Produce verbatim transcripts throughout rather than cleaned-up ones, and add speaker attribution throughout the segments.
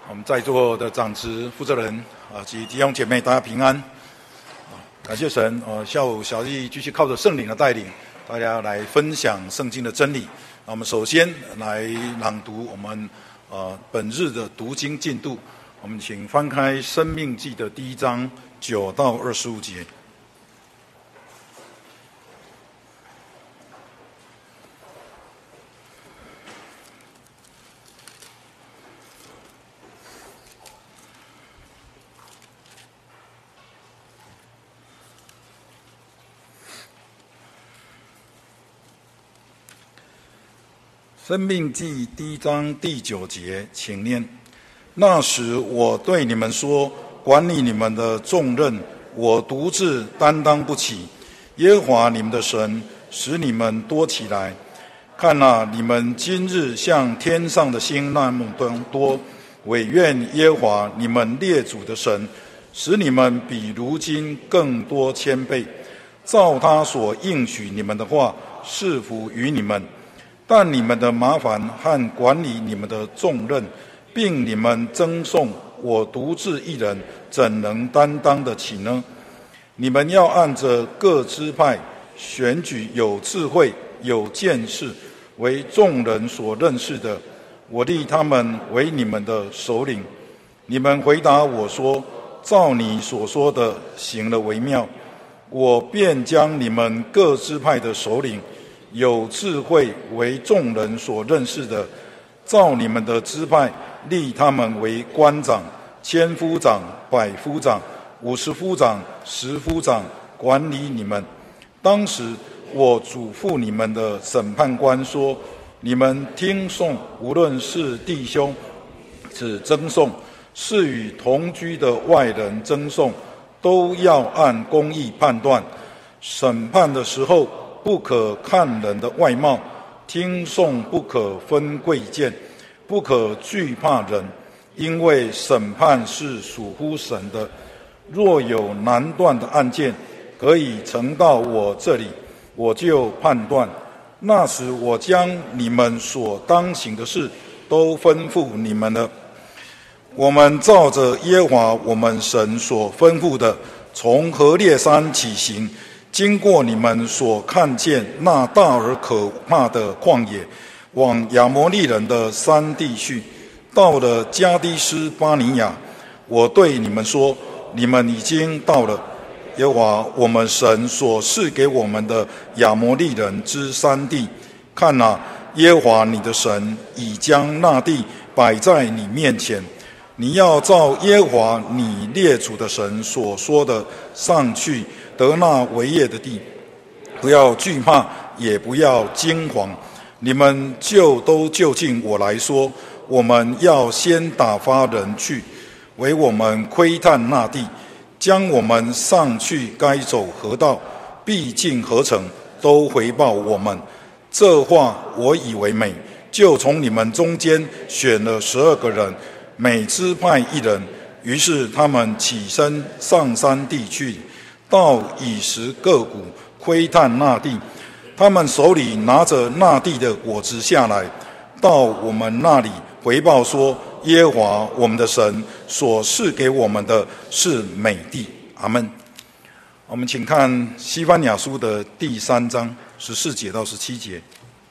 Speaker 1: 我们在座的长职负责人啊及弟兄姐妹，大家平安。感谢神，呃，下午小弟继续靠着圣灵的带领，大家来分享圣经的真理。那我们首先来朗读我们呃本日的读经进度。我们请翻开《申命记》的第一章九到二十五节。申命记第一章第九节，请念：那时我对你们说，管理你们的重任，我独自担当不起。耶和华你们的神使你们多起来，看哪，你们今日像天上的星那么多。惟愿耶和华你们列祖的神使你们比如今更多千倍，照他所应许你们的话赐福于你们。但你们的麻烦和管理你们的重任，并你们赠送我独自一人，怎能担当得起呢？你们要按着各支派选举有智慧、有见识、为众人所认识的，我立他们为你们的首领。你们回答我说：照你所说的行了为妙。我便将你们各支派的首领，有智慧为众人所认识的，照你们的支派立他们为官长、千夫长、百夫长、五十夫长、十夫长，管理你们。当时我嘱咐你们的审判官说：你们听讼，无论是弟兄是争讼，是与同居的外人争讼，都要按公义判断。审判的时候，不可看人的外貌，听讼不可分贵贱，不可惧怕人，因为审判是属乎神的。若有难断的案件，可以呈到我这里，我就判断。那时我将你们所当行的事都吩咐你们了。我们照着耶和华我们神所吩咐的，从何烈山起行，经过你们所看见那大而可怕的旷野，往亚摩利人的山地去，到了加低斯巴尼亚。我对你们说，你们已经到了耶和华我们神所赐给我们的亚摩利人之山地。看哪，耶和华你的神已将那地摆在你面前，你要照耶和华你列祖的神所说的上去，得那为业的地。不要惧怕，也不要惊惶。你们就都就近我来说，我们要先打发人去，为我们窥探那地，将我们上去该走何道，必进何城，都回报我们。这话我以为美，就从你们中间选了十二个人，每支派一人。于是他们起身上山地去，到以实各谷窥探那地。他们手里拿着那地的果子下来，到我们那里回报说：耶和华我们的神所赐给我们的是美地。阿们。我们请看西番雅书的第三章十四节到十七节。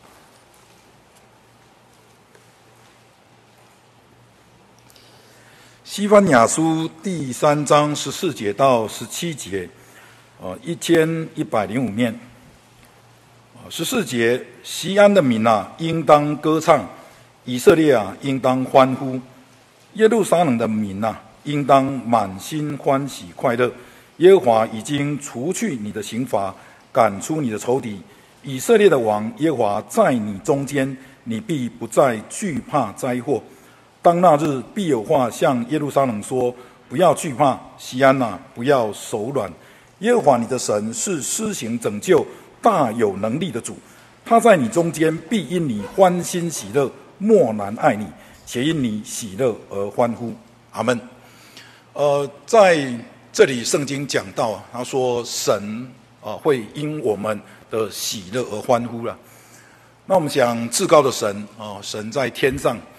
Speaker 1: 西番雅书第三章十四节到十七节，呃，一千一百零五面。十四节，西安的民啊，应当歌唱；以色列啊，应当欢呼；耶路撒冷的民啊，应当满心欢喜快乐。耶和华已经除去你的刑罚，赶出你的仇敌。以色列的王耶和华在你中间，你必不再惧怕灾祸。当那日，必有话向耶路撒冷说：不要惧怕，西安啊，不要手软。耶和华你的神是施行拯救、大有能力的主，他在你中间必因你欢欣喜乐，默然爱你，且因你喜乐而欢呼。阿们。呃，在这里圣经讲到，他说神啊会因我们的喜乐而欢呼了。那我们讲至高的神啊，神在天上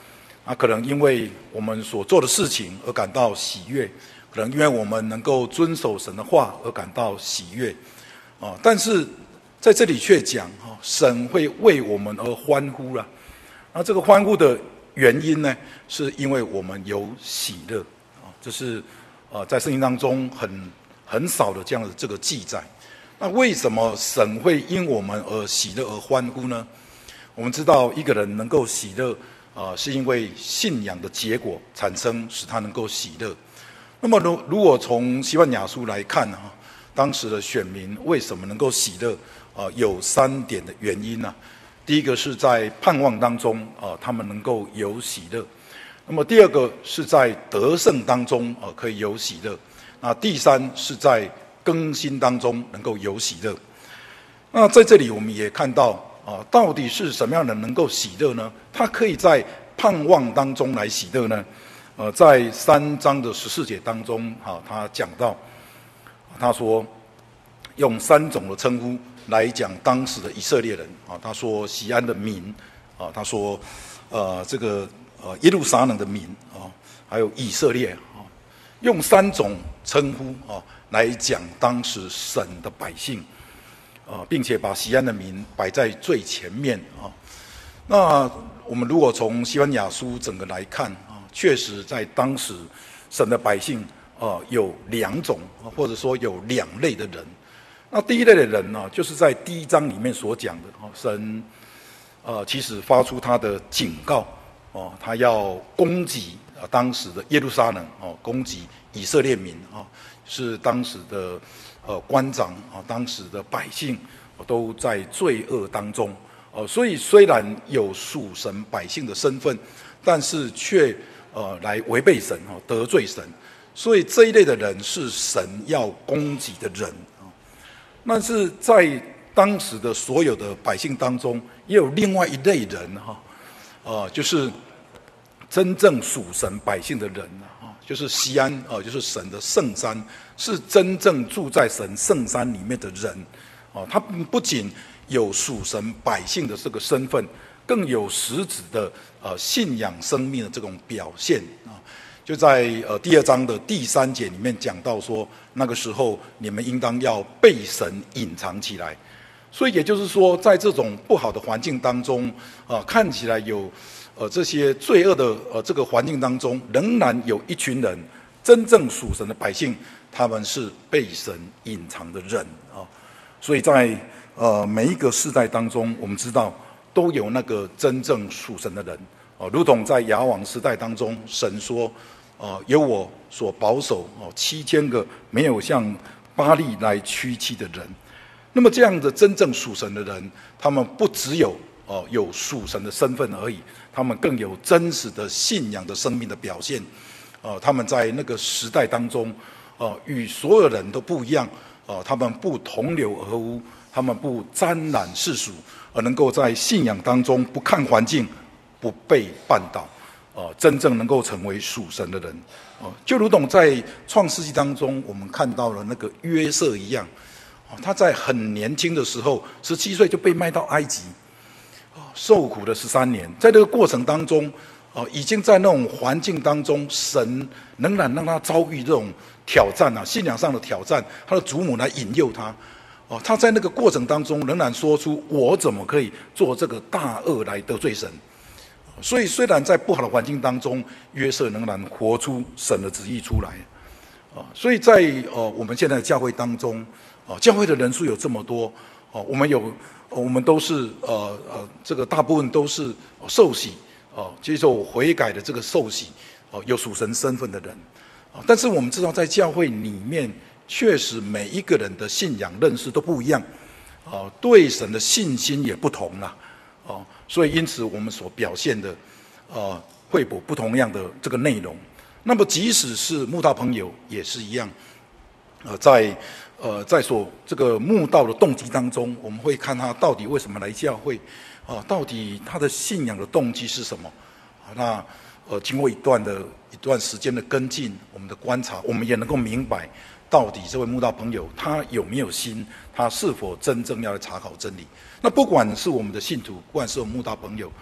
Speaker 1: 啊，可能因为我们所做的事情而感到喜悦，可能因为我们能够遵守神的话而感到喜悦，啊，但是在这里却讲哈，神会为我们而欢呼了。那这个欢呼的原因呢，是因为我们有喜乐啊，这是呃在圣经当中很很少的这样的这个记载。那为什么神会因我们而喜乐而欢呼呢？我们知道一个人能够喜乐，呃，是因为信仰的结果产生，使他能够喜乐。那么如如果从西番雅书来看哈，当时的选民为什么能够喜乐？呃，有三点的原因呢、啊。第一个是在盼望当中，啊、呃，他们能够有喜乐；那么第二个是在得胜当中，啊、呃，可以有喜乐；那第三是在更新当中能够有喜乐。那在这里我们也看到，啊、呃，到底是什么样的人能够喜乐呢？他可以在盼望当中来喜乐呢？呃，在三章的十四节当中，啊，他讲到，他说用三种的称呼来讲当时的以色列人啊，他说西安的民啊，他说呃这个呃耶路撒冷的民啊，还有以色列啊，用三种称呼啊来讲当时神的百姓啊，并且把西安的民摆在最前面啊。那我们如果从西番雅书整个来看啊，确实在当时神的百姓啊有两种，或者说有两类的人。那第一类的人呢、啊，就是在第一章里面所讲的哦，神，呃，其实发出他的警告哦，他要攻击啊当时的耶路撒冷哦，攻击以色列民啊，是当时的呃官长啊，当时的百姓都在罪恶当中哦，所以虽然有属神百姓的身份，但是却呃来违背神哦，得罪神，所以这一类的人是神要攻击的人。但是在当时的所有的百姓当中，也有另外一类人哈，呃，就是真正属神百姓的人啊，就是西安啊、呃，就是神的圣山，是真正住在神圣山里面的人啊、呃。他不仅有属神百姓的这个身份，更有实质的呃信仰生命的这种表现啊。就在呃第二章的第三节里面讲到说，那个时候你们应当要被神隐藏起来。所以也就是说，在这种不好的环境当中，啊、呃，看起来有呃这些罪恶的呃这个环境当中，仍然有一群人真正属神的百姓，他们是被神隐藏的人啊。所以在呃每一个世代当中，我们知道都有那个真正属神的人啊，如同在亚王时代当中，神说。呃，由我所保守哦，七千个没有向巴力来屈膝的人。那么这样的真正属神的人，他们不只有哦、呃、有属神的身份而已，他们更有真实的信仰的生命的表现。呃，他们在那个时代当中，呃，与所有人都不一样。呃，他们不同流合污，他们不沾染世俗，而能够在信仰当中不看环境，不被绊倒。呃，真正能够成为属神的人，哦、呃，就如同在创世纪当中我们看到了那个约瑟一样，哦、呃，他在很年轻的时候，十七岁就被卖到埃及，哦、呃，受苦了十三年，在这个过程当中，哦、呃，已经在那种环境当中，神仍然让他遭遇这种挑战啊，信仰上的挑战，他的祖母来引诱他，哦、呃，他在那个过程当中仍然说出：我怎么可以做这个大恶来得罪神？所以，虽然在不好的环境当中，约瑟仍然活出神的旨意出来，啊，所以在呃我们现在的教会当中，啊，教会的人数有这么多，哦、啊，我们有，我们都是呃呃，这个大部分都是受洗，哦、啊，接受悔改的这个受洗，哦、啊，有属神身份的人，啊，但是我们知道，在教会里面，确实每一个人的信仰认识都不一样，啊，对神的信心也不同啦。哦，所以因此我们所表现的，呃，会有不同样的这个内容。那么即使是慕道朋友也是一样，呃，在呃在所这个慕道的动机当中，我们会看他到底为什么来教会，啊、呃，到底他的信仰的动机是什么？啊，那呃经过一段的一段时间的跟进，我们的观察，我们也能够明白。到底这位慕道朋友他有没有心？他是否真正要来查考真理？那不管是我们的信徒，不管是我们慕道朋友，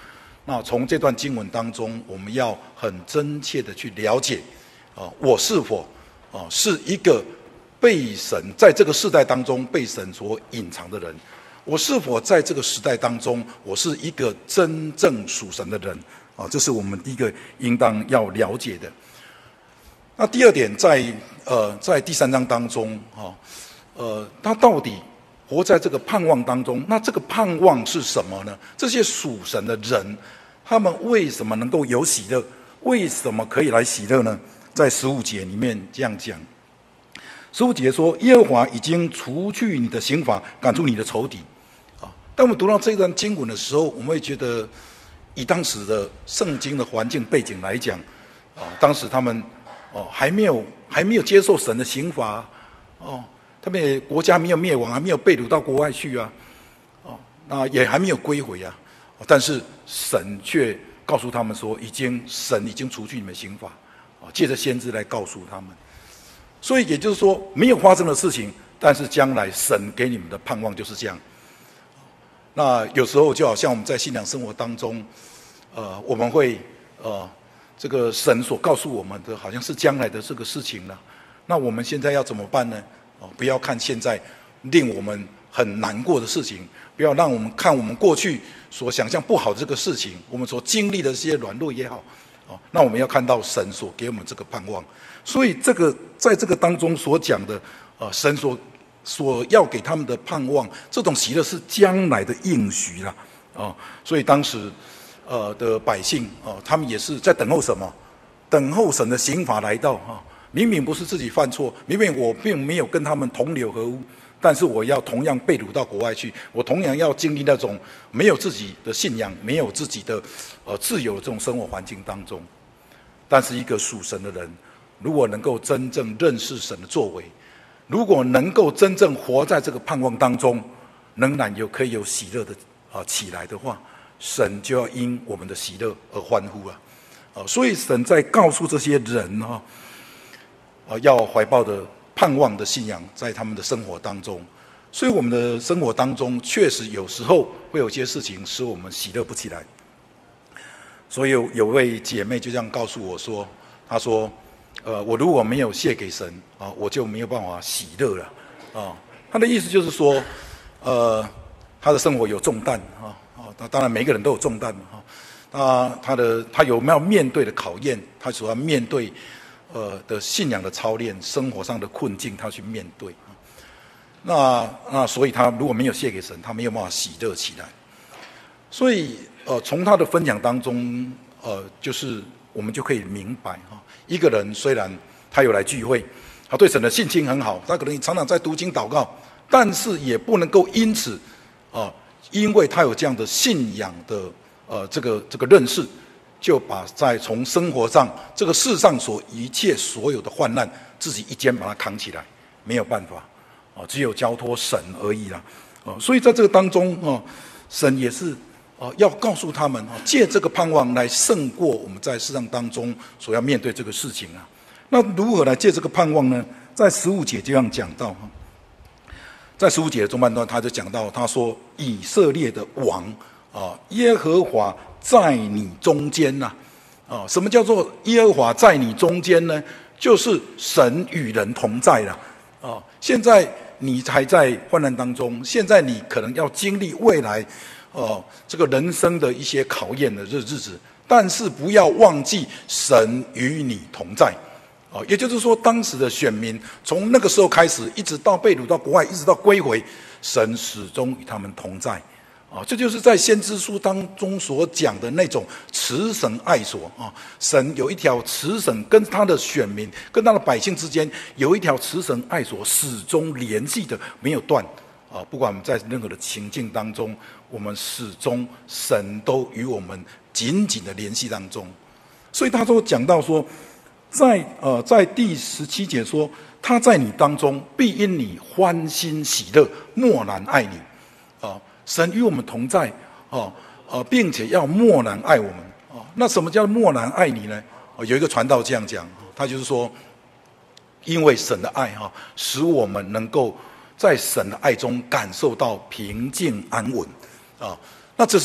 Speaker 1: 那从这段经文当中，我们要很真切的去了解，啊，我是否啊是一个被神在这个世代当中被神所隐藏的人？我是否在这个时代当中，我是一个真正属神的人？啊，这是我们第一个应当要了解的。那第二点在，在呃在第三章当中，哈、啊，呃，他到底活在这个盼望当中，那这个盼望是什么呢？这些属神的人，他们为什么能够有喜乐？为什么可以来喜乐呢？在十五节里面这样讲，十五节说：“耶和华已经除去你的刑罚，赶出你的仇敌。”啊，当我们读到这段经文的时候，我们会觉得，以当时的圣经的环境背景来讲，啊，当时他们哦还没有还没有接受神的刑罚，哦。他们也国家没有灭亡，还没有被掳到国外去啊，哦，那也还没有归回啊，但是神却告诉他们说，已经神已经除去你们刑罚，啊，借着先知来告诉他们。所以也就是说，没有发生的事情，但是将来神给你们的盼望就是这样。那有时候就好像我们在信仰生活当中，呃，我们会呃，这个神所告诉我们的，好像是将来的这个事情了。那我们现在要怎么办呢？哦，不要看现在令我们很难过的事情，不要让我们看我们过去所想象不好的这个事情，我们所经历的这些软弱也好，哦，那我们要看到神所给我们这个盼望。所以这个在这个当中所讲的，呃，神所所要给他们的盼望，这种喜乐是将来的应许啦，哦，所以当时呃的百姓哦，他们也是在等候什么？等候神的刑罚来到啊。明明不是自己犯错，明明我并没有跟他们同流合污，但是我要同样被掳到国外去，我同样要经历那种没有自己的信仰、没有自己的呃自由的这种生活环境当中。但是一个属神的人，如果能够真正认识神的作为，如果能够真正活在这个盼望当中，仍然有可以有喜乐的啊、呃、起来的话，神就要因我们的喜乐而欢呼啊！啊、呃，所以神在告诉这些人哈。啊，要怀抱的盼望的信仰在他们的生活当中，所以我们的生活当中确实有时候会有些事情使我们喜乐不起来。所以有有位姐妹就这样告诉我说，她说：“呃，我如果没有献给神啊，我就没有办法喜乐了。”啊，她的意思就是说，呃，她的生活有重担啊啊，那当然每个人都有重担啊，她她的她有没有面对的考验，她所要面对。呃的信仰的操练，生活上的困境，他去面对。那那所以他如果没有献给神，他没有办法喜乐起来。所以呃，从他的分享当中，呃，就是我们就可以明白哈，一个人虽然他有来聚会，他对神的信心很好，他可能常常在读经祷告，但是也不能够因此啊、呃，因为他有这样的信仰的呃这个这个认识。就把在从生活上这个世上所一切所有的患难，自己一肩把它扛起来，没有办法啊，只有交托神而已啦。啊，所以在这个当中啊，神也是啊要告诉他们啊，借这个盼望来胜过我们在世上当中所要面对这个事情啊。那如何来借这个盼望呢？在十五节这样讲到哈，在十五节的中半段，他就讲到，他说以色列的王啊，耶和华。在你中间呐、啊，啊，什么叫做耶和华在你中间呢？就是神与人同在了，啊，现在你还在患难当中，现在你可能要经历未来，哦、啊，这个人生的一些考验的日日子，但是不要忘记神与你同在，啊，也就是说，当时的选民从那个时候开始，一直到被掳到国外，一直到归回，神始终与他们同在。啊，这就是在先知书当中所讲的那种慈绳爱索啊，神有一条慈绳跟他的选民、跟他的百姓之间有一条慈绳爱索，始终联系的没有断啊。不管我们在任何的情境当中，我们始终神都与我们紧紧的联系当中。所以他说讲到说，在呃在第十七节说，他在你当中必因你欢欣喜乐，默然爱你啊。神与我们同在，哦，呃，并且要默然爱我们，哦，那什么叫默然爱你呢？哦，有一个传道这样讲，他就是说，因为神的爱哈，使我们能够在神的爱中感受到平静安稳，啊，那这是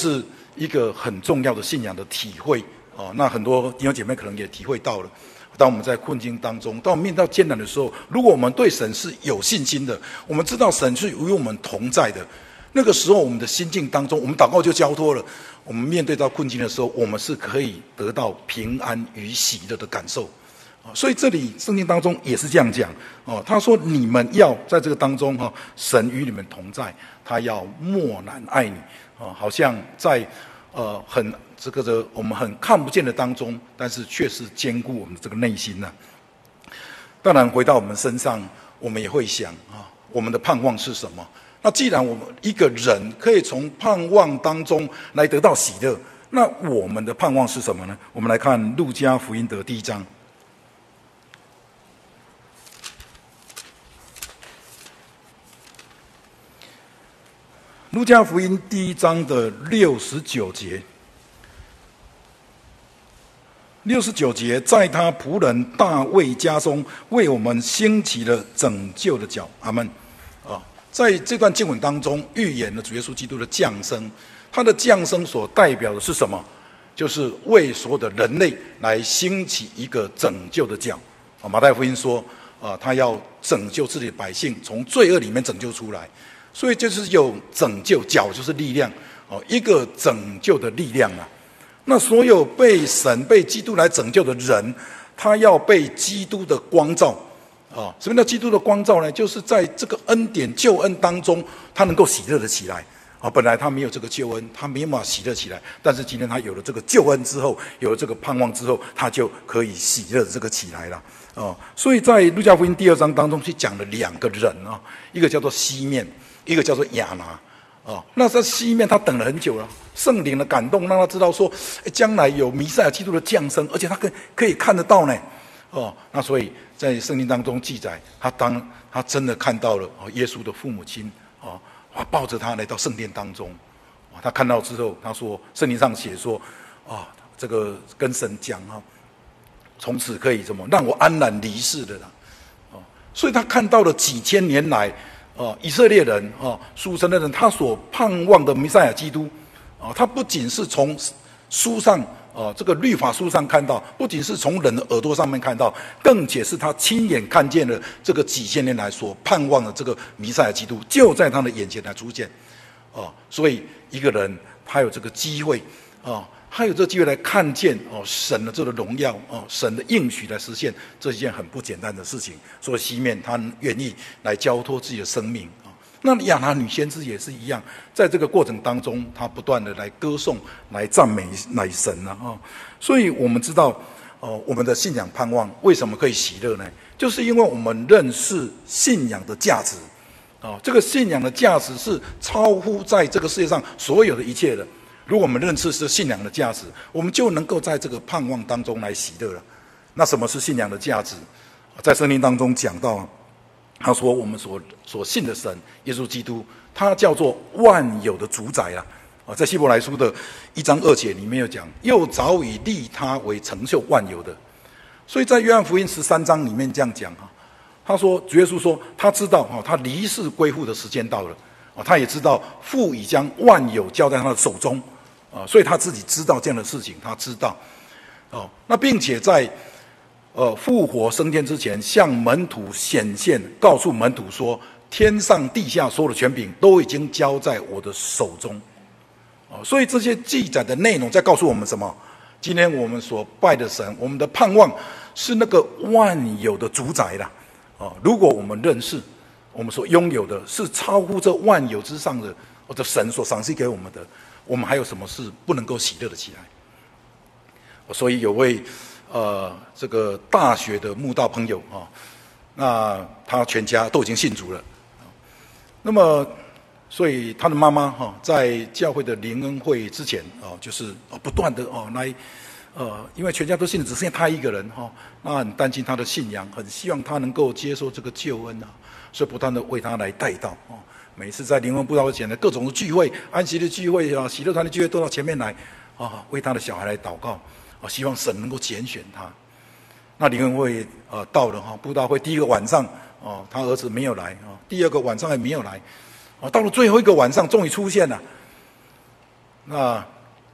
Speaker 1: 一个很重要的信仰的体会啊。那很多弟兄姐妹可能也体会到了，当我们在困境当中，当我们面对艰难的时候，如果我们对神是有信心的，我们知道神是与我们同在的，那个时候我们的心境当中，我们祷告就交托了。我们面对到困境的时候，我们是可以得到平安与喜乐的感受。所以这里圣经当中也是这样讲哦，他说你们要在这个当中哈，神与你们同在，他要默然爱你哦，好像在呃很这个的我们很看不见的当中，但是却是坚固我们的这个内心呢、啊。当然回到我们身上，我们也会想啊，我们的盼望是什么？那既然我们一个人可以从盼望当中来得到喜乐，那我们的盼望是什么呢？我们来看路加福音的第一章。路加福音第一章的六十九节，六十九节，在他仆人大卫家中为我们兴起了拯救的脚。阿们。啊，在这段经文当中，预言了主耶稣基督的降生。他的降生所代表的是什么？就是为所有的人类来兴起一个拯救的脚。啊，马太福音说，啊，他要拯救自己的百姓，从罪恶里面拯救出来。所以就是有拯救，脚就是力量哦，一个拯救的力量啊。那所有被神、被基督来拯救的人，他要被基督的光照啊。什么叫基督的光照呢？就是在这个恩典、救恩当中，他能够喜乐的起来啊。本来他没有这个救恩，他没有办法喜乐起来，但是今天他有了这个救恩之后，有了这个盼望之后，他就可以喜乐的这个起来了啊。所以在路加福音第二章当中去讲了两个人啊，一个叫做西面。一个叫做亚拿，哦，那在西面他等了很久了，圣灵的感动让他知道说，将来有弥赛亚基督的降生，而且他可可以看得到呢，哦，那所以在圣经当中记载，他当他真的看到了哦，耶稣的父母亲哦，他抱着他来到圣殿当中，哦，他看到之后，他说圣经上写说，啊、哦，这个跟神讲啊，从此可以怎么让我安然离世的了，哦，所以他看到了几千年来。哦，以色列人哦，属神的人，他所盼望的弥赛亚基督，哦，他不仅是从书上哦这个律法书上看到，不仅是从人的耳朵上面看到，更且是他亲眼看见了这个几千年来所盼望的这个弥赛亚基督，就在他的眼前来出现。哦，所以一个人他有这个机会，哦。他有这个机会来看见哦神的这个荣耀哦神的应许来实现，这是一件很不简单的事情。所以西面他愿意来交托自己的生命啊。那亚拿女先知也是一样，在这个过程当中，他不断的来歌颂、来赞美乃神啊。哦，所以我们知道哦，我们的信仰盼望为什么可以喜乐呢？就是因为我们认识信仰的价值啊。这个信仰的价值是超乎在这个世界上所有的一切的。如果我们认识是信仰的价值，我们就能够在这个盼望当中来喜乐了。那什么是信仰的价值？在圣经当中讲到，他说我们所所信的神耶稣基督，他叫做万有的主宰啊。啊，在希伯来书的一章二节里面有讲，又早已立他为成就万有的。所以在约翰福音十三章里面这样讲哈，他说主耶稣说他知道哈，他离世归父的时间到了啊，他也知道父已将万有交在他的手中。啊，所以他自己知道这样的事情，他知道，哦，那并且在呃复活升天之前，向门徒显现，告诉门徒说，天上地下所有的权柄都已经交在我的手中，哦，所以这些记载的内容在告诉我们什么？今天我们所拜的神，我们的盼望是那个万有的主宰啦，哦，如果我们认识我们所拥有的是超乎这万有之上的，或者神所赏赐给我们的。我们还有什么事不能够喜乐的起来？所以有位呃这个大学的慕道朋友啊，那他全家都已经信主了。那么，所以他的妈妈哈，在教会的灵恩会之前啊，就是不断的哦来呃，因为全家都信了，只剩下他一个人哈，那很担心他的信仰，很希望他能够接受这个救恩啊，所以不断的为他来代祷哦。每次在灵恩布道前的各种的聚会、安息的聚会啊、喜乐团的聚会，都到前面来啊，为他的小孩来祷告啊，希望神能够拣选他。那灵恩会呃到了哈，布道会第一个晚上哦，他儿子没有来啊，第二个晚上也没有来啊，到了最后一个晚上终于出现了。那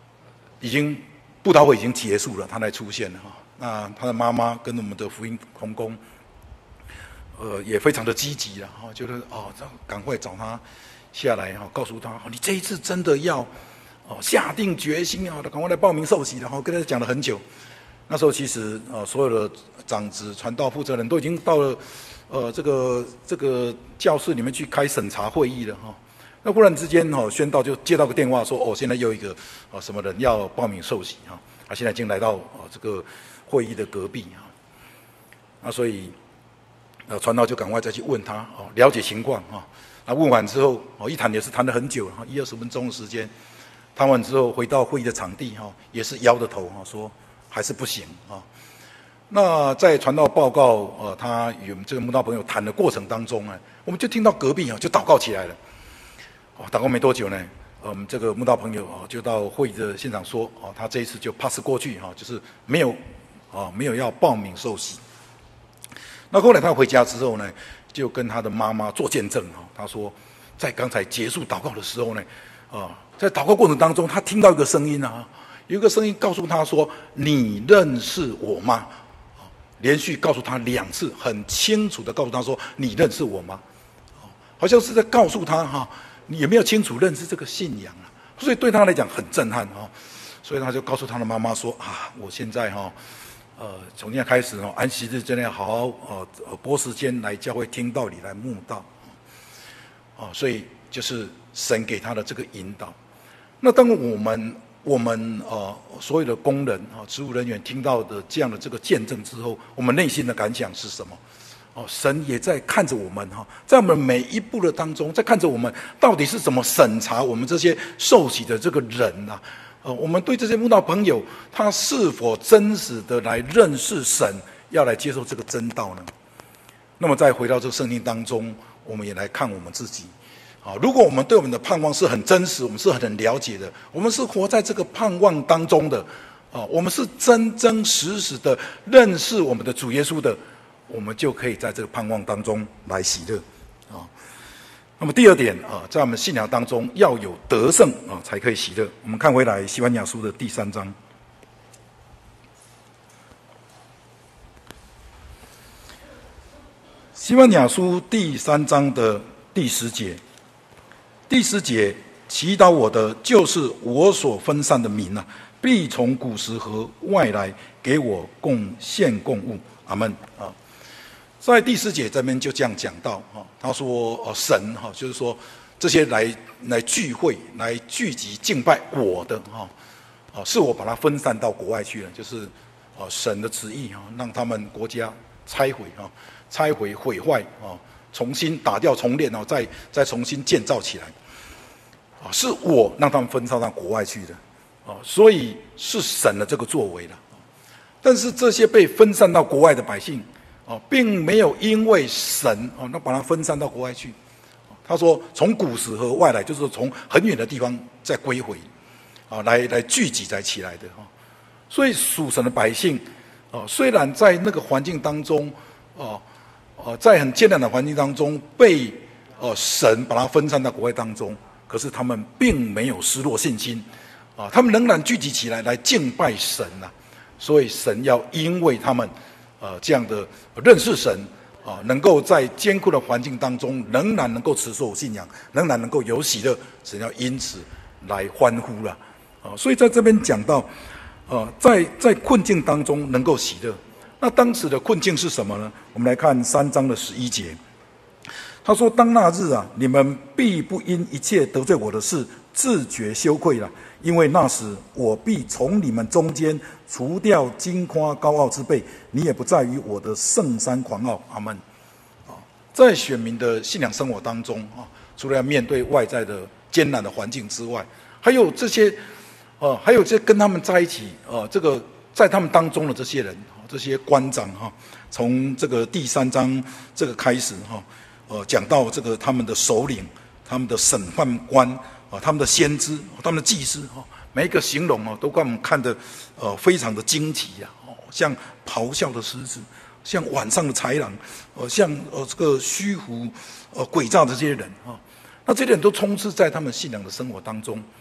Speaker 1: 已经布道会已经结束了，他才出现了哈。那他的妈妈跟我们的福音同工，呃，也非常的积极了哈，觉得哦，赶快找他下来哈，告诉他，你这一次真的要哦下定决心啊，赶快来报名受洗了哈，跟他讲了很久。那时候其实呃所有的长子、传道负责人都已经到了呃这个这个教室里面去开审查会议了哈。那忽然之间哈，宣道就接到个电话说，哦，现在又一个哦什么人要报名受洗哈，啊，现在已经来到哦这个会议的隔壁哈。那所以呃传道就赶快再去问他哦，了解情况哈。那问完之后哦，一谈也是谈了很久哈，一二十分钟的时间。谈完之后回到会议的场地哈，也是摇着头哈说。还是不行啊。那在传道报告，呃，他与我们这个慕道朋友谈的过程当中呢，我们就听到隔壁啊就祷告起来了。哦，祷告没多久呢，我们这个慕道朋友啊就到会议的现场说，哦，他这一次就 pass 过去哈，就是没有啊没有要报名受洗。那后来他回家之后呢，就跟他的妈妈做见证哈，他说，在刚才结束祷告的时候呢，啊，在祷告过程当中，他听到一个声音啊。有一个声音告诉他说：“你认识我吗？”连续告诉他两次，很清楚的告诉他说：“你认识我吗？”好像是在告诉他哈，你有没有清楚认识这个信仰啊？所以对他来讲很震撼哈。所以他就告诉他的妈妈说：“啊，我现在哈，呃，从现在开始哦，安息日真的要好好呃拨时间来教会听道理，来慕道。”啊，所以就是神给他的这个引导。那当我们我们呃所有的工人啊、职务人员听到的这样的这个见证之后，我们内心的感想是什么？哦，神也在看着我们哈，在我们每一步的当中，在看着我们到底是怎么审查我们这些受洗的这个人呐？呃，我们对这些慕道朋友，他是否真实的来认识神，要来接受这个真道呢？那么再回到这个圣经当中，我们也来看我们自己。啊，如果我们对我们的盼望是很真实，我们是很了解的，我们是活在这个盼望当中的，啊，我们是真真实实的认识我们的主耶稣的，我们就可以在这个盼望当中来喜乐，啊。那么第二点啊，在我们信仰当中要有得胜啊，才可以喜乐。我们看回来西番雅书的第三章，西番雅书第三章的第十节。第十节，祈祷我的就是我所分散的民啊，必从古时和外来给我贡献供物。阿们啊！在第十节这边就这样讲到啊，他说：“哦，神哈，就是说这些来来聚会、来聚集敬拜我的哈，啊，是我把它分散到国外去了，就是啊神的旨意哈，让他们国家拆毁哈，拆毁毁坏啊。”重新打掉重练，再再重新建造起来，啊，是我让他们分散到国外去的，啊，所以是神的这个作为了。但是这些被分散到国外的百姓，啊，并没有因为神啊，那把它分散到国外去。他说，从古时和外来，就是从很远的地方再归回，啊，来来聚集在起来的哈。所以属神的百姓，啊，虽然在那个环境当中，啊。呃，在很艰难的环境当中，被呃神把它分散到国外当中，可是他们并没有失落信心，啊，他们仍然聚集起来来敬拜神呐、啊。所以神要因为他们呃这样的认识神啊，能够在艰苦的环境当中仍然能够持守信仰，仍然能够有喜乐，神要因此来欢呼了啊。所以在这边讲到，呃，在在困境当中能够喜乐。那当时的困境是什么呢？我们来看三章的十一节，他说：“当那日啊，你们必不因一切得罪我的事自觉羞愧了，因为那时我必从你们中间除掉矜夸高傲之辈，你也不在于我的圣山狂傲。”阿们。啊，在选民的信仰生活当中啊，除了要面对外在的艰难的环境之外，还有这些，呃，还有这跟他们在一起，呃，这个在他们当中的这些人。这些官长哈，从这个第三章这个开始哈，呃，讲到这个他们的首领、他们的审判官啊、他们的先知、他们的祭司哈，每一个形容啊，都让我们看得呃非常的惊奇呀，哦，像咆哮的狮子，像晚上的豺狼，呃，像呃这个虚胡呃诡诈的这些人啊，那这些人都充斥在他们信仰的生活当中，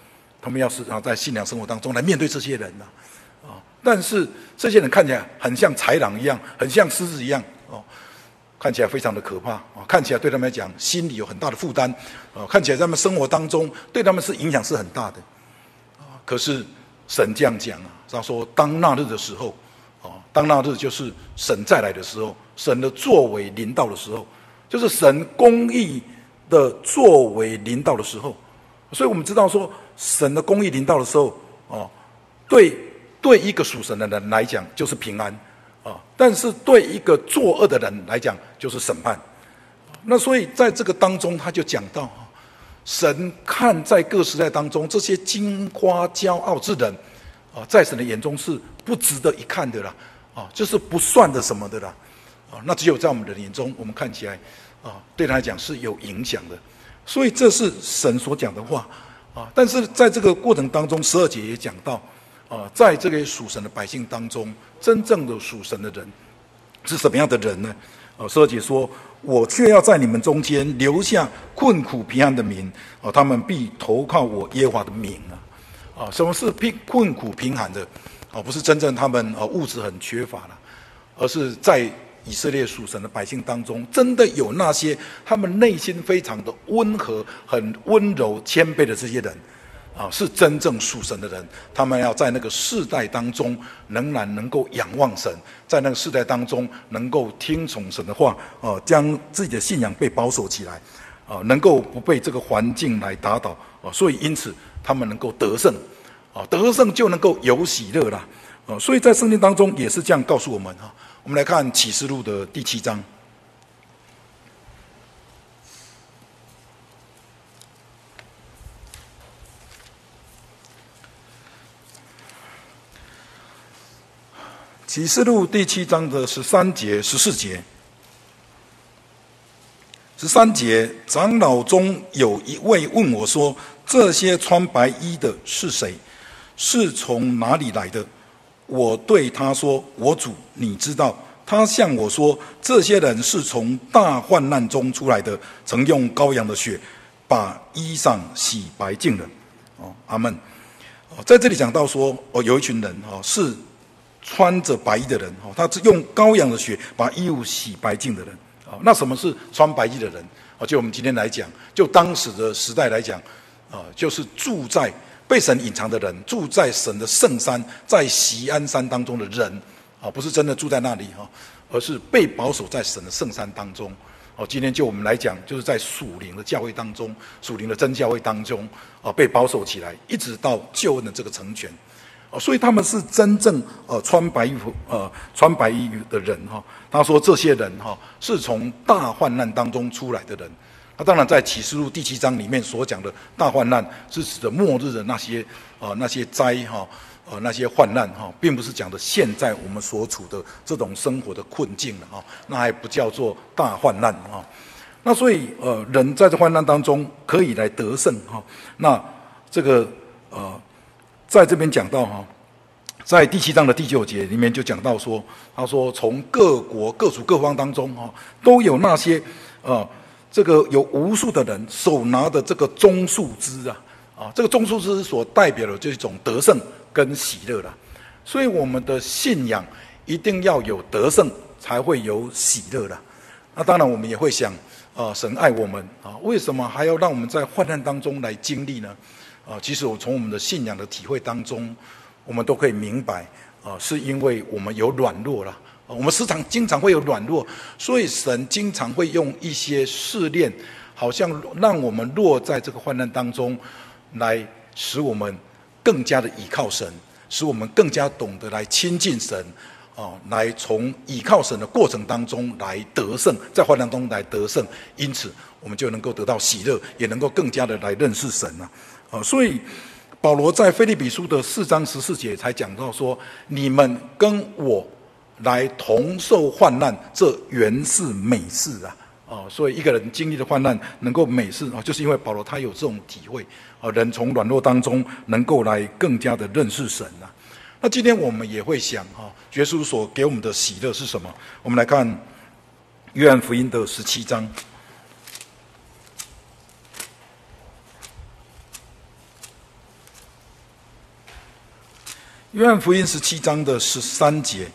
Speaker 1: 他们要是啊在信仰生活当中来面对这些人呐、啊，啊，但是这些人看起来很像豺狼一样，很像狮子一样，哦，看起来非常的可怕，啊，看起来对他们来讲心里有很大的负担，啊，看起来在他们生活当中对他们是影响是很大的，啊，可是神这样讲啊，他说当那日的时候，啊，当那日就是神再来的时候，神的作为临到的时候，就是神公义的作为临到的时候，所以我们知道说，神的公义临到的时候，哦，对对一个属神的人来讲就是平安，啊，但是对一个作恶的人来讲就是审判。那所以在这个当中，他就讲到，神看在各时代当中这些矜夸骄傲之人，啊，在神的眼中是不值得一看的啦，啊，就是不算的什么的啦，啊，那只有在我们的眼中，我们看起来，啊，对他来讲是有影响的。所以这是神所讲的话，啊，但是在这个过程当中，十二节也讲到，啊，在这个属神的百姓当中，真正的属神的人是什么样的人呢？啊，十二节说，我却要在你们中间留下困苦平安的民，啊，他们必投靠我耶和华的名啊。啊，什么是困苦贫寒的？啊，不是真正他们啊物质很缺乏了，而是在以色列属神的百姓当中，真的有那些他们内心非常的温和、很温柔、谦卑的这些人，啊，是真正属神的人。他们要在那个世代当中，仍然能够仰望神，在那个世代当中能够听从神的话，啊，将自己的信仰被保守起来，啊，能够不被这个环境来打倒，啊，所以因此他们能够得胜，啊，得胜就能够有喜乐啦，啊，所以在圣经当中也是这样告诉我们哈。我们来看启示录的第七章。启示录第七章的十三节、十四节。十三节，长老中有一位问我说：“这些穿白衣的是谁？是从哪里来的？”我对他说：“我主，你知道。”他向我说：“这些人是从大患难中出来的，曾用羔羊的血把衣裳洗白净了。”哦，阿们。哦，在这里讲到说，哦，有一群人哦，是穿着白衣的人哦，他是用羔羊的血把衣物洗白净的人。哦，那什么是穿白衣的人？哦，就我们今天来讲，就当时的时代来讲，啊，就是住在被神隐藏的人，住在神的圣山，在锡安山当中的人，啊，不是真的住在那里哈，而是被保守在神的圣山当中。哦，今天就我们来讲，就是在属灵的教会当中，属灵的真教会当中，啊，被保守起来，一直到救恩的这个成全。哦，所以他们是真正呃穿白衣服呃穿白衣的人哈。他说这些人哈是从大患难当中出来的人。那当然，在启示录第七章里面所讲的大患难，是指的末日的那些啊、呃、那些灾哈呃那些患难哈，并不是讲的现在我们所处的这种生活的困境了哈，那还不叫做大患难哈。那所以呃人在这患难当中可以来得胜哈。那这个呃在这边讲到哈，在第七章的第九节里面就讲到说，他说从各国各族各方当中哈都有那些呃。这个有无数的人手拿的这个棕树枝啊，啊，这个棕树枝所代表的就是一种得胜跟喜乐啦。所以我们的信仰一定要有得胜，才会有喜乐啦。那当然，我们也会想，啊，神爱我们啊，为什么还要让我们在患难当中来经历呢？啊，其实我从我们的信仰的体会当中，我们都可以明白，啊，是因为我们有软弱啦。我们时常经常会有软弱，所以神经常会用一些试炼，好像让我们落在这个患难当中，来使我们更加的倚靠神，使我们更加懂得来亲近神，哦，来从倚靠神的过程当中来得胜，在患难中来得胜，因此我们就能够得到喜乐，也能够更加的来认识神啊，啊，所以保罗在腓立比书的四章十四节才讲到说，你们跟我来同受患难，这原是美事啊！哦，所以一个人经历的患难能够美事啊，就是因为保罗他有这种体会啊，人从软弱当中能够来更加的认识神啊。那今天我们也会想哈，耶稣所给我们的喜乐是什么？我们来看约翰福音的十七章。 约翰福音十七章的十三节。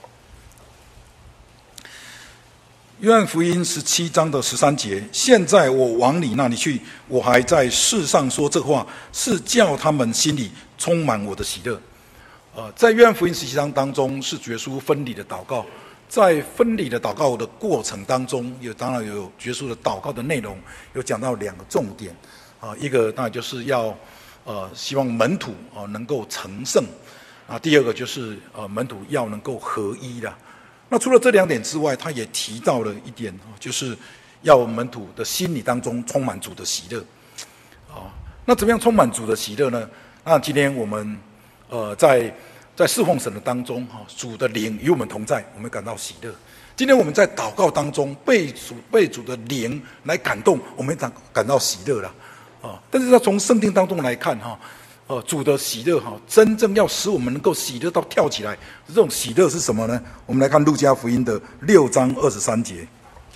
Speaker 1: 约翰福音十七章的十三节，现在我往你那里去，我还在世上说这话，是叫他们心里充满我的喜乐。呃，在约翰福音十七章当中，是主耶稣分礼的祷告。在分礼的祷告的过程当中，有当然有主耶稣的祷告的内容，有讲到两个重点啊、呃，一个当然就是要呃希望门徒啊、呃、能够成圣啊，第二个就是呃门徒要能够合一啦。那除了这两点之外，他也提到了一点，就是要门徒的心里当中充满主的喜乐。啊，那怎么样充满主的喜乐呢？那今天我们呃在在侍奉神的当中，哈，主的灵与我们同在，我们感到喜乐。今天我们在祷告当中被主被主的灵来感动，我们感感到喜乐了。啊，但是要从圣经当中来看，哈。呃，主的喜乐哈，真正要使我们能够喜乐到跳起来，这种喜乐是什么呢？我们来看路加福音的六章二十三节。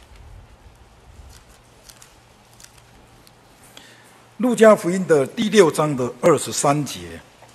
Speaker 1: 路加福音的第六章的二十三节，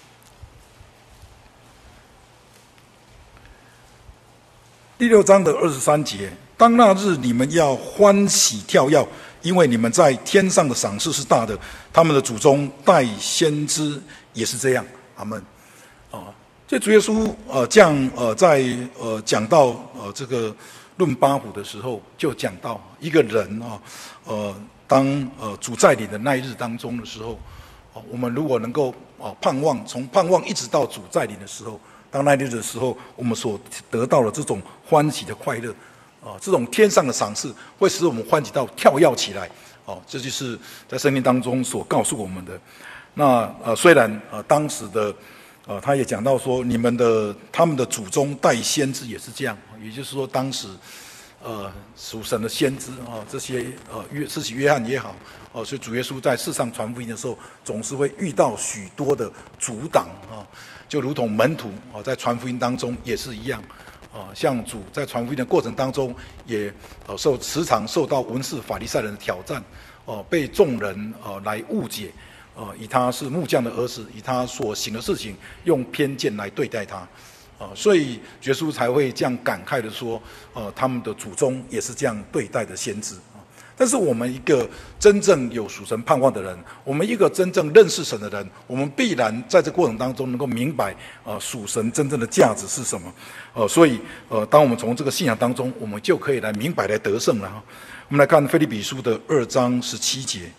Speaker 1: 第六章的二十三节，当那日你们要欢喜跳跃，因为你们在天上的赏赐是大的，他们的祖宗代先知也是这样。阿们。啊，这主耶稣呃这样呃在呃讲到呃这个论八福的时候，就讲到一个人啊呃当呃主在临的那一日当中的时候，哦，我们如果能够啊盼望，从盼望一直到主在临的时候，当那一日的时候，我们所得到的这种欢喜的快乐。啊，这种天上的赏赐会使我们欢喜到跳跃起来。哦，这就是在圣经当中所告诉我们的。那呃，虽然呃当时的呃他也讲到说，你们的他们的祖宗代先知也是这样，也就是说当时呃属神的先知啊、哦，这些呃约施洗约翰也好，哦，所以主耶稣在世上传福音的时候，总是会遇到许多的阻挡啊、哦，就如同门徒啊、哦、在传福音当中也是一样。啊，像主在传福音的过程当中，也呃受时常受到文士法利赛人的挑战，哦、呃，被众人呃来误解，呃，以他是木匠的儿子，以他所行的事情用偏见来对待他，啊、呃，所以耶稣才会这样感慨的说，呃，他们的祖宗也是这样对待的先知。但是我们一个真正有属神盼望的人，我们一个真正认识神的人，我们必然在这过程当中能够明白，呃，属神真正的价值是什么。呃，所以，呃，当我们从这个信仰当中，我们就可以来明白、来得胜了。我们来看腓立比书的二章十七节。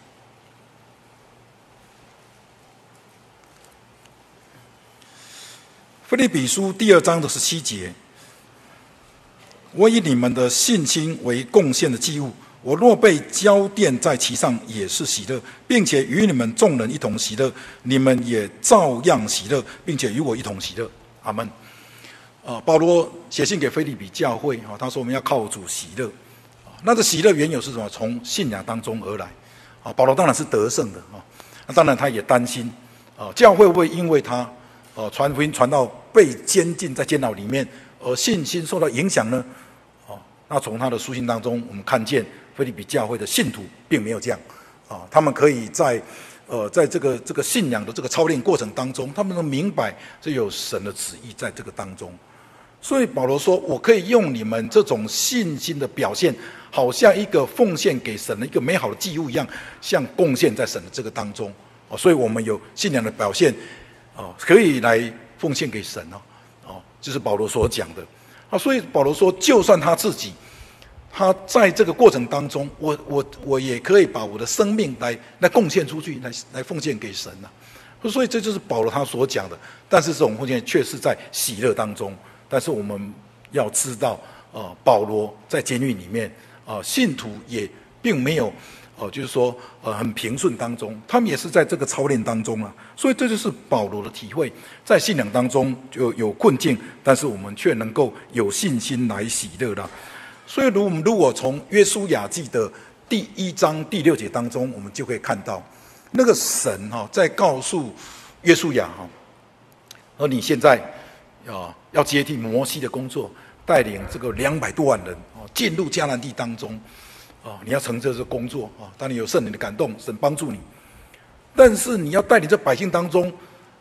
Speaker 1: 腓立比书第二章的十七节，我以你们的信心为贡献的祭物。我若被浇奠在其上，也是喜乐，并且与你们众人一同喜乐。你们也照样喜乐，并且与我一同喜乐。阿们。啊，保罗写信给腓立比教会啊，他说我们要靠主喜乐。啊，那这喜乐缘由是什么？从信仰当中而来。啊，保罗当然是得胜的啊，那当然他也担心啊，教会会不会因为他呃传福音传到被监禁在监牢里面，而信心受到影响呢？啊，那从他的书信当中，我们看见。腓立比教会的信徒并没有这样，啊，他们可以在，呃，在这个这个信仰的这个操练过程当中，他们能明白这有神的旨意在这个当中。所以保罗说：“我可以用你们这种信心的表现，好像一个奉献给神的一个美好的祭物一样，像贡献在神的这个当中。哦，所以我们有信仰的表现，哦，可以来奉献给神哦，哦，这是保罗所讲的。啊，所以保罗说，就算他自己。”他在这个过程当中，我我我也可以把我的生命来来贡献出去，来来奉献给神呐、啊。所以这就是保罗他所讲的。但是这种奉献却是在喜乐当中。但是我们要知道，呃，保罗在监狱里面，呃，信徒也并没有，呃，就是说，呃，很平顺当中，他们也是在这个操练当中啊。所以这就是保罗的体会，在信仰当中就有困境，但是我们却能够有信心来喜乐了。所以，如我们如果从约书亚记的第一章第六节当中，我们就可以看到，那个神哈、哦、在告诉约书亚哈，而你现在啊要接替摩西的工作，带领这个两百多万人啊进入迦南地当中啊，你要成就这个工作啊，当你有圣灵的感动，神帮助你，但是你要带领这百姓当中，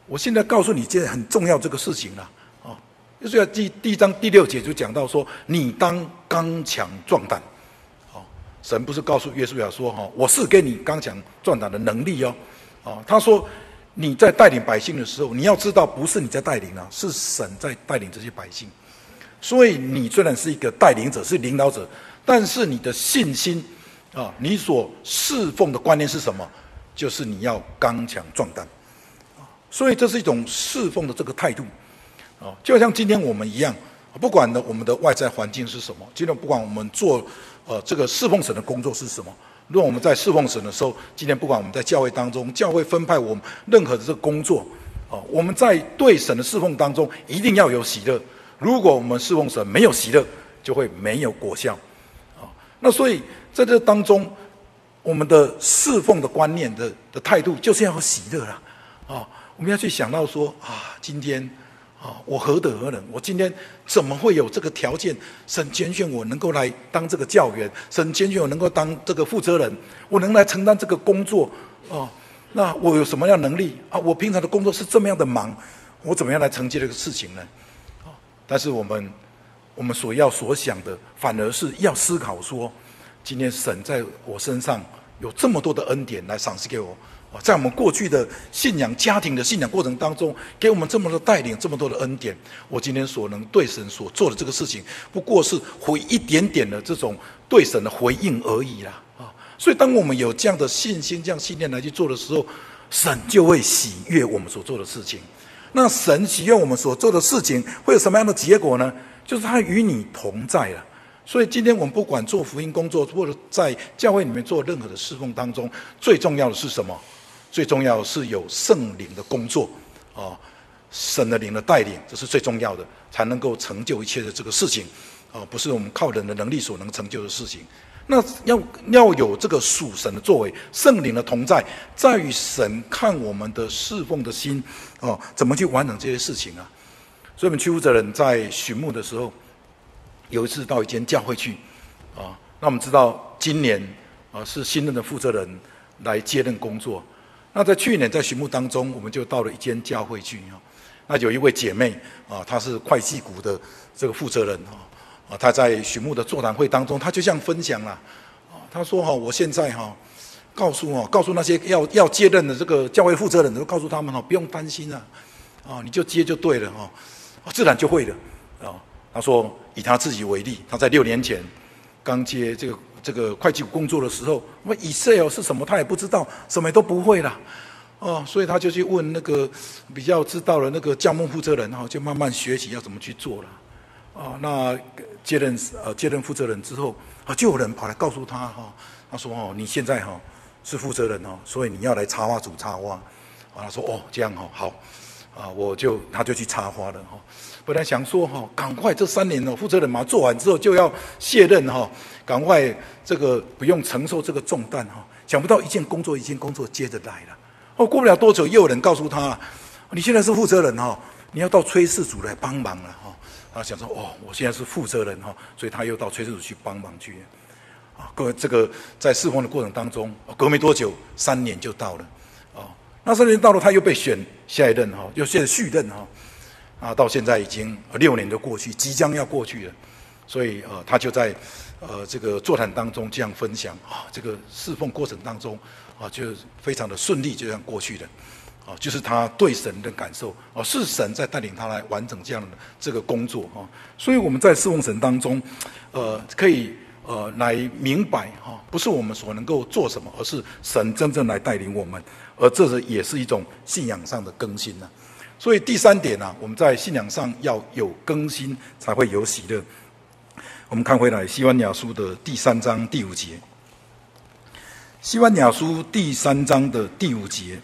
Speaker 1: 我现在告诉你一件很重要这个事情了啊，就是要第第一章第六节就讲到说，你当刚强壮胆。神不是告诉约书亚说：“哈，我是给你刚强壮胆的能力哦。”啊，他说你在带领百姓的时候，你要知道不是你在带领啊，是神在带领这些百姓。所以你虽然是一个带领者，是领导者，但是你的信心啊，你所侍奉的观念是什么？就是你要刚强壮胆。所以这是一种侍奉的这个态度啊，就像今天我们一样，不管呢我们的外在环境是什么，今天不管我们做。呃，这个侍奉神的工作是什么？如果我们在侍奉神的时候，今天不管我们在教会当中，教会分派我们任何的这个工作，啊、呃，我们在对神的侍奉当中一定要有喜乐。如果我们侍奉神没有喜乐，就会没有果效，啊、呃，那所以在这当中，我们的侍奉的观念的的态度就是要有喜乐啦，啊、呃，我们要去想到说啊，今天。啊！我何德何能？我今天怎么会有这个条件？神拣选我能够来当这个教员，神拣选我能够当这个负责人，我能来承担这个工作啊！那我有什么样的能力啊？我平常的工作是这么样的忙，我怎么样来承接这个事情呢？啊！但是我们我们所要所想的，反而是要思考说，今天神在我身上有这么多的恩典来赏赐给我。在我们过去的信仰、家庭的信仰过程当中，给我们这么多带领、这么多的恩典，我今天所能对神所做的这个事情，不过是回一点点的这种对神的回应而已啦啊！所以，当我们有这样的信心、这样信念来去做的时候，神就会喜悦我们所做的事情。那神喜悦我们所做的事情，会有什么样的结果呢？就是他与你同在了。所以，今天我们不管做福音工作，或者在教会里面做任何的侍奉当中，最重要的是什么？最重要的是有圣灵的工作，啊，神的灵的带领，这是最重要的，才能够成就一切的这个事情，啊，不是我们靠人的能力所能成就的事情。那要要有这个属神的作为，圣灵的同在，在于神看我们的侍奉的心，啊，怎么去完成这些事情啊？所以，我们区负责人在巡牧的时候，有一次到一间教会去，啊，那我们知道今年啊是新任的负责人来接任工作。那在去年在巡牧当中，我们就到了一间教会去啊。那有一位姐妹啊，她是会计股的这个负责人啊，啊，她在巡牧的座谈会当中，她就这样分享了啊，她说哈，我现在哈，告诉哦，告诉那些要要接任的这个教会负责人，都告诉他们哈，不用担心啊，啊，你就接就对了哈，啊，自然就会了啊。她说以她自己为例，她在六年前刚接这个。这个会计工作的时候，那 Excel 是什么，他也不知道，什么都不会啦，哦，所以他就去问那个比较知道的那个教牧负责人，哈，就慢慢学习要怎么去做了，啊，那接任呃接任负责人之后，啊，就有人跑来告诉他，哈，他说哦，你现在哈是负责人哦，所以你要来插花组插花，啊，他说哦这样哈好，啊，我就他就去插花了哈。本来想说哈，赶快这三年哦，负责人嘛做完之后就要卸任哈，赶快这个不用承受这个重担哈。想不到一件工作一件工作接着来了，哦，过不了多久又有人告诉他，你现在是负责人哈，你要到炊事组来帮忙了哈。他想说哦，我现在是负责人哈，所以他又到炊事组去帮忙去。啊，各位这个在侍奉的过程当中，隔没多久三年就到了，啊，那三年到了他又被选下一任哈，又现在续任哈。啊，到现在已经六年都过去，即将要过去了，所以呃，他就在呃这个座谈当中这样分享啊，这个侍奉过程当中啊，就非常的顺利，就这样过去了，啊，就是他对神的感受啊，是神在带领他来完成这样的这个工作啊，所以我们在侍奉神当中，呃，可以呃来明白哈、啊，不是我们所能够做什么，而是神真正来带领我们，而这是也是一种信仰上的更新呢、啊。所以第三点呢、啊，我们在信仰上要有更新，才会有喜乐。我们看回来，西番雅书的第三章第五节。西番雅书第三章的第五节，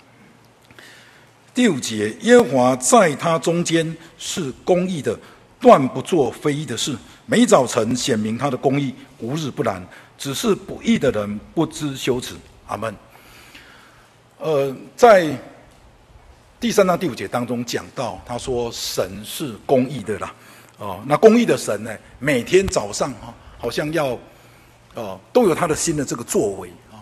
Speaker 1: 第五节，耶和华在他中间是公义的，断不做非义的事。每早晨显明他的公义，无日不然。只是不义的人不知羞耻。阿们。呃，在第三章第五节当中讲到，他说神是公义的啦，哦，那公义的神呢，每天早上哈，好像要，哦，都有他的新的这个作为啊。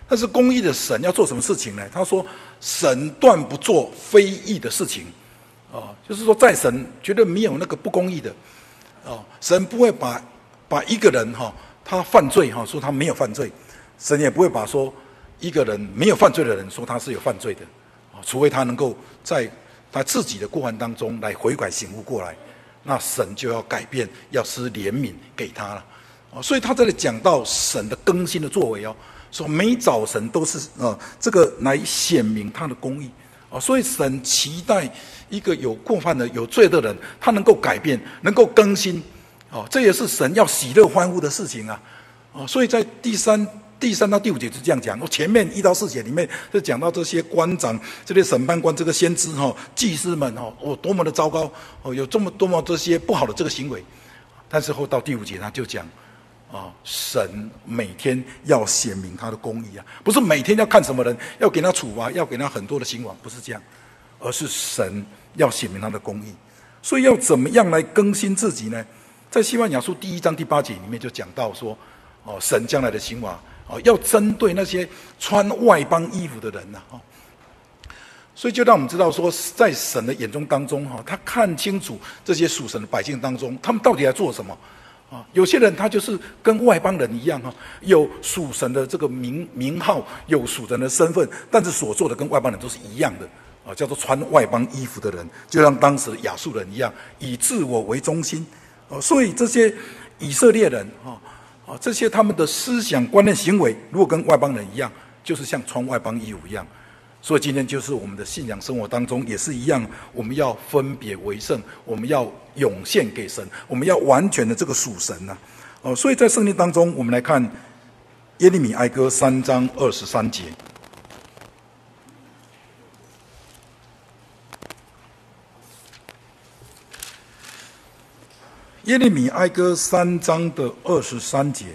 Speaker 1: 但是公义的神要做什么事情呢？他说：“神断不做非义的事情。”啊，就是说，在神绝对没有那个不公义的。啊，神不会把把一个人哈、哦，他犯罪哈、哦，说他没有犯罪，神也不会把说一个人没有犯罪的人说他是有犯罪的。啊，除非他能够在他自己的过犯当中来悔改醒悟过来，那神就要改变，要施怜悯给他了。啊，所以他这里讲到神的更新的作为哦。说每早晨都是啊，这个来显明他的公义啊，所以神期待一个有过犯的、有罪的人，他能够改变，能够更新啊，这也是神要喜乐欢呼的事情啊啊！所以在第三第三到第五节是这样讲，前面一到四节里面就讲到这些官长、这些审判官、这个先知哈、祭司们哈，哦，多么的糟糕哦，有这么多么这些不好的这个行为，但是后到第五节他就讲。啊，神每天要显明他的公义啊，不是每天要看什么人，要给他处罚，要给他很多的刑罚，不是这样，而是神要显明他的公义。所以要怎么样来更新自己呢？在西番雅书第一章第八节里面就讲到说，哦，神将来的刑罚，哦，要针对那些穿外邦衣服的人呐、啊，哦，所以就让我们知道说，在神的眼中当中，哈，他看清楚这些属神的百姓当中，他们到底在做什么。啊，有些人他就是跟外邦人一样哈，有属神的这个名名号，有属神的身份，但是所做的跟外邦人都是一样的啊，叫做穿外邦衣服的人，就像当时的亚述人一样，以自我为中心啊，所以这些以色列人啊啊，这些他们的思想观念行为，如果跟外邦人一样，就是像穿外邦衣服一样。所以今天就是我们的信仰生活当中也是一样，我们要分别为圣，我们要涌现给神，我们要完全的这个属神呐、啊。哦，所以在圣经当中，我们来看耶利米哀歌三章二十三节。耶利米哀歌三章的二十三节。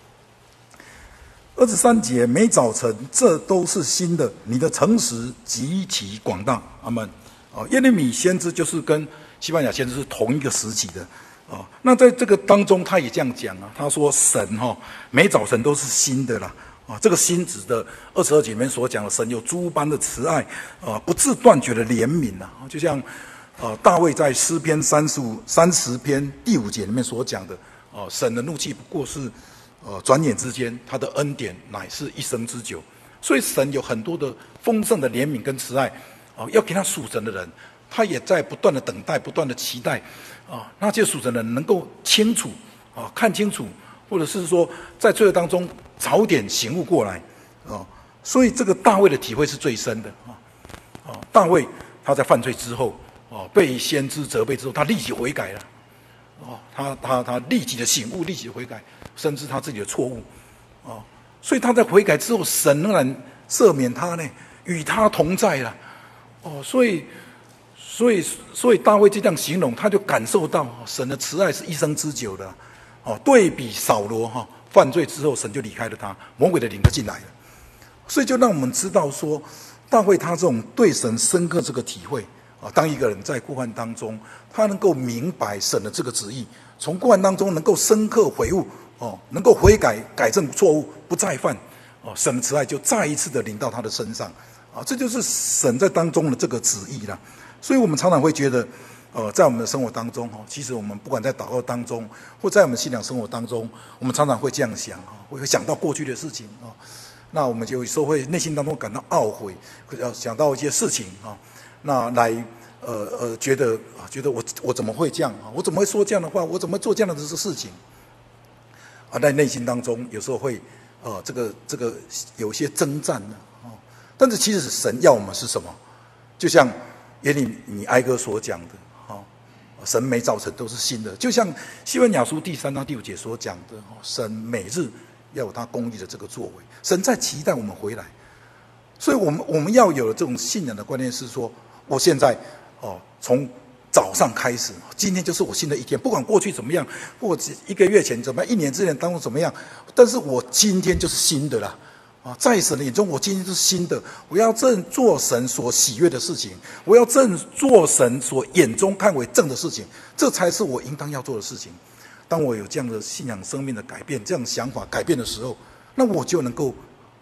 Speaker 1: 二十三节，每早晨这都是新的，你的诚实极其广大。阿们。啊，耶利米先知就是跟西番雅先知是同一个时期的啊。那在这个当中，他也这样讲啊，他说神哈、哦，每早晨都是新的啦。啊，这个新指的二十二节里面所讲的，神有诸般的慈爱啊，不自断绝的怜悯呐。就像啊，大卫在诗篇三十五三十篇第五节里面所讲的啊，神的怒气不过是。呃，转眼之间，他的恩典乃是一生之久。所以神有很多的丰盛的怜悯跟慈爱，啊、呃，要给他属神的人，他也在不断的等待，不断的期待，啊、呃，那些属神的人能够清楚，啊、呃，看清楚，或者是说在罪恶当中早点醒悟过来，啊、呃，所以这个大卫的体会是最深的，啊、呃，啊，大卫他在犯罪之后，啊、呃，被先知责备之后，他立即悔改了。哦，他他他立即的醒悟，立即的悔改，深知他自己的错误，哦，所以他在悔改之后，神仍然赦免他呢，与他同在了，哦，所以所以所以大卫就这样形容，他就感受到神的慈爱是一生之久的，哦，对比扫罗哈、哦、犯罪之后，神就离开了他，魔鬼的灵就进来了，所以就让我们知道说，大卫他这种对神深刻这个体会。啊，当一个人在过犯当中，他能够明白神的这个旨意，从过犯当中能够深刻悔悟，哦，能够悔改改正错误，不再犯，哦，神的慈爱就再一次的临到他的身上，啊，这就是神在当中的这个旨意啦。所以我们常常会觉得，呃，在我们的生活当中，哈，其实我们不管在祷告当中，或在我们信仰生活当中，我们常常会这样想，哈，会想到过去的事情，啊，那我们就有时候会内心当中感到懊悔，要想到一些事情，啊。那来，呃呃，觉得啊，觉得我我怎么会这样啊？我怎么会说这样的话？我怎么会做这样的事情？啊，在内心当中有时候会，呃，这个这个有些征战呢，哦。但是其实神要我们是什么？就像耶利米哀歌所讲的，哦，神每早晨都是新的。就像西番雅书第三章第五节所讲的，哦，神每日要有他公义的这个作为，神在期待我们回来。所以我们我们要有的这种信仰的观念是说，我现在哦，从早上开始，今天就是我新的一天，不管过去怎么样，或者一个月前怎么样，一年之前当中怎么样，但是我今天就是新的啦，啊，在神的眼中，我今天是新的，我要正做神所喜悦的事情，我要正做神所眼中看为正的事情，这才是我应当要做的事情。当我有这样的信仰生命的改变，这样想法改变的时候，那我就能够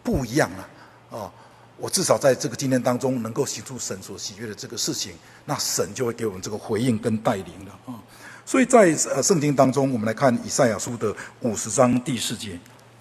Speaker 1: 不一样了啊！我至少在这个今天当中能够行出神所喜悦的这个事情，那神就会给我们这个回应跟带领了啊！所以在呃圣经当中，我们来看以赛亚书的五十章第四节。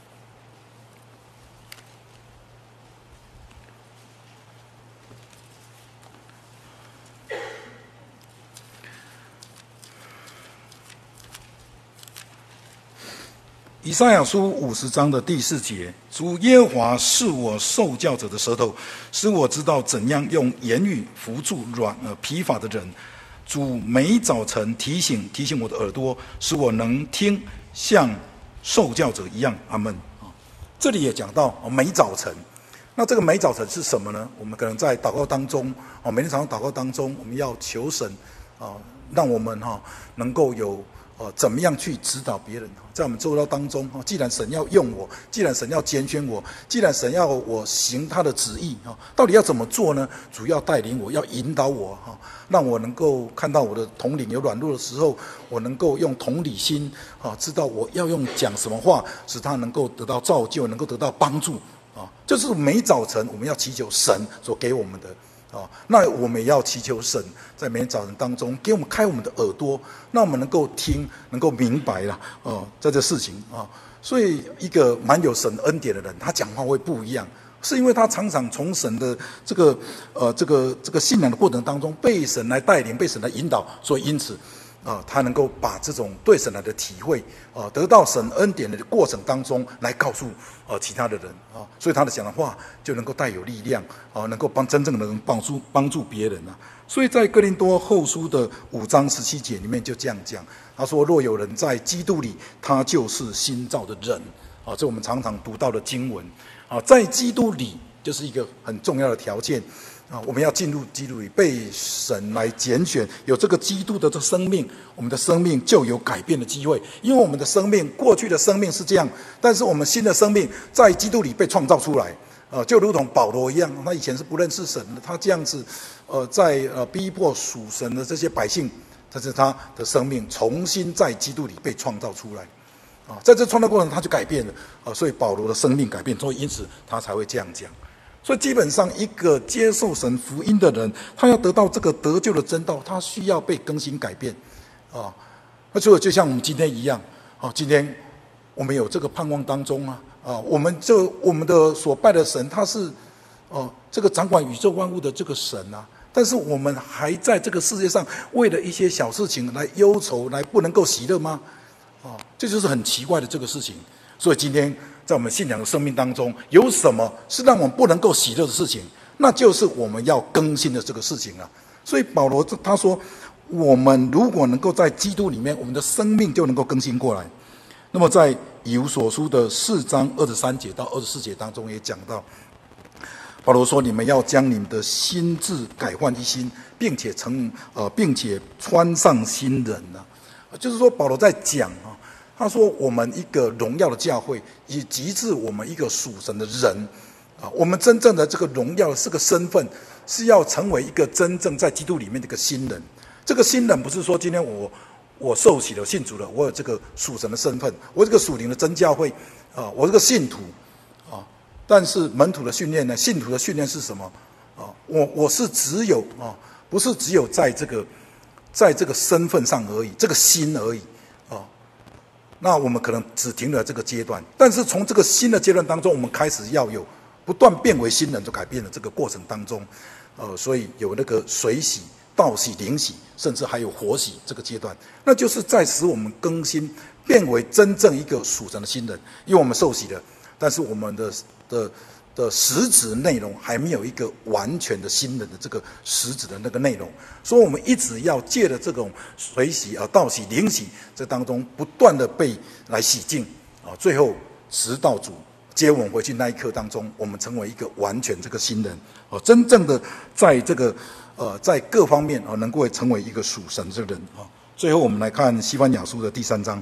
Speaker 1: 以赛亚书五十章的第四节，主耶和华是我受教者的舌头，使我知道怎样用言语扶助软呃疲乏的人。主每早晨提醒提醒我的耳朵，使我能听，像受教者一样。阿们。这里也讲到每早晨，那这个每早晨是什么呢？我们可能在祷告当中，每天早上祷告当中，我们要求神啊，让我们哈能够有。呃，怎么样去指导别人？在我们周遭当中，既然神要用我，既然神要拣选我，既然神要我行他的旨意，到底要怎么做呢？主要带领我，要引导我，让我能够看到我的统领有软弱的时候，我能够用同理心，知道我要用讲什么话，使他能够得到造就，能够得到帮助。就是每早晨我们要祈求神所给我们的。哦，那我们也要祈求神在每天早晨当中给我们开我们的耳朵，让我们能够听，能够明白啦。哦，在这事情啊，所以一个蛮有神恩典的人，他讲话会不一样，是因为他常常从神的这个呃这个这个信仰的过程当中被神来带领，被神来引导，所以因此啊，他能够把这种对神来的体会啊，得到神恩典的过程当中来告诉呃其他的人啊，所以他的讲的话就能够带有力量啊，能够帮真正的能帮助帮助别人啊。所以在哥林多后书的五章十七节里面就这样讲，他说：若有人在基督里，他就是新造的人啊。这我们常常读到的经文啊，在基督里就是一个很重要的条件。啊，我们要进入基督里，被神来拣选，有这个基督的这生命，我们的生命就有改变的机会。因为我们的生命，过去的生命是这样，但是我们新的生命在基督里被创造出来。呃，就如同保罗一样，他以前是不认识神的，他这样子，呃，在呃逼迫属神的这些百姓，但是他的生命重新在基督里被创造出来。啊，在这创造过程他就改变了。啊，所以保罗的生命改变，所以因此他才会这样讲。所以基本上，一个接受神福音的人，他要得到这个得救的真道，他需要被更新改变，啊，那就就像我们今天一样，啊，今天我们有这个盼望当中啊，啊，我们就我们的所拜的神，他是哦、啊、这个掌管宇宙万物的这个神啊，但是我们还在这个世界上为了一些小事情来忧愁，来不能够喜乐吗？啊，这就是很奇怪的这个事情。所以今天。在我们信仰的生命当中，有什么是让我们不能够喜乐的事情？那就是我们要更新的这个事情啊。所以保罗他说，我们如果能够在基督里面，我们的生命就能够更新过来。那么在以弗所书的四章二十三节到二十四节当中也讲到，保罗说：“你们要将你们的心志改换一新，并且成呃，并且穿上新人啊。”就是说，保罗在讲啊。他说：“我们一个荣耀的教会，以及至我们一个属神的人啊，我们真正的这个荣耀的这个身份，是要成为一个真正在基督里面的一个新人。这个新人不是说今天我我受洗了、信主了，我有这个属神的身份，我这个属灵的真教会啊，我这个信徒啊。但是门徒的训练呢？信徒的训练是什么啊？我我是只有啊，不是只有在这个在这个身份上而已，这个心而已。”那我们可能只停留在这个阶段，但是从这个新的阶段当中，我们开始要有不断变为新人，就改变了这个过程当中，呃，所以有那个水洗、道洗、灵洗，甚至还有活洗这个阶段，那就是在使我们更新，变为真正一个属神的新人。因为我们受洗了，但是我们的的的实质内容还没有一个完全的新人的这个实质的那个内容，所以我们一直要借着这种水洗啊、道洗、灵洗这当中不断的被来洗净啊，最后直到主接我们回去那一刻当中，我们成为一个完全这个新人啊，真正的在这个呃在各方面啊能够成为一个属神这个人啊。最后我们来看西番雅书的第三章。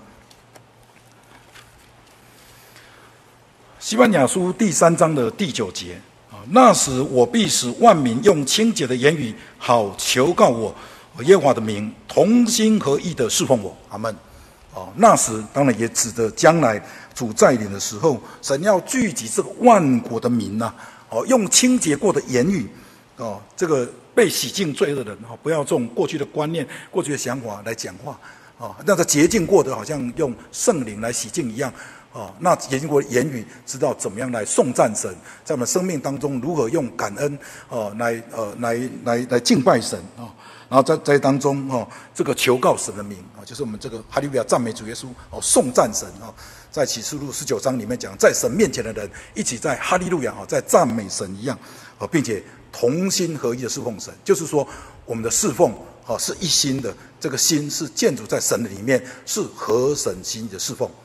Speaker 1: 西番雅书第三章的第九节啊，那时我必使万民用清洁的言语，好求告我耶和华的名，同心合意的侍奉我。阿们。 哦，那时当然也指的将来主再临的时候，神要聚集这个万国的民呐、啊，哦，用清洁过的言语，哦，这个被洗净罪恶的人，哦，不要这种过去的观念、过去的想法来讲话，哦，那个洁净过的，好像用圣灵来洗净一样，哦，那洁净过的言语，知道怎么样来颂赞神，在我们生命当中如何用感恩，哦，来呃来来来敬拜神啊。哦，然后在在当中哦，这个求告神的名啊，就是我们这个哈利路亚赞美主耶稣哦，颂赞神啊，在启示录十九章里面讲，在神面前的人一起在哈利路亚啊，在赞美神一样啊，并且同心合一的侍奉神，就是说我们的侍奉啊是一心的，这个心是建筑在神的里面，是合神心意的侍奉。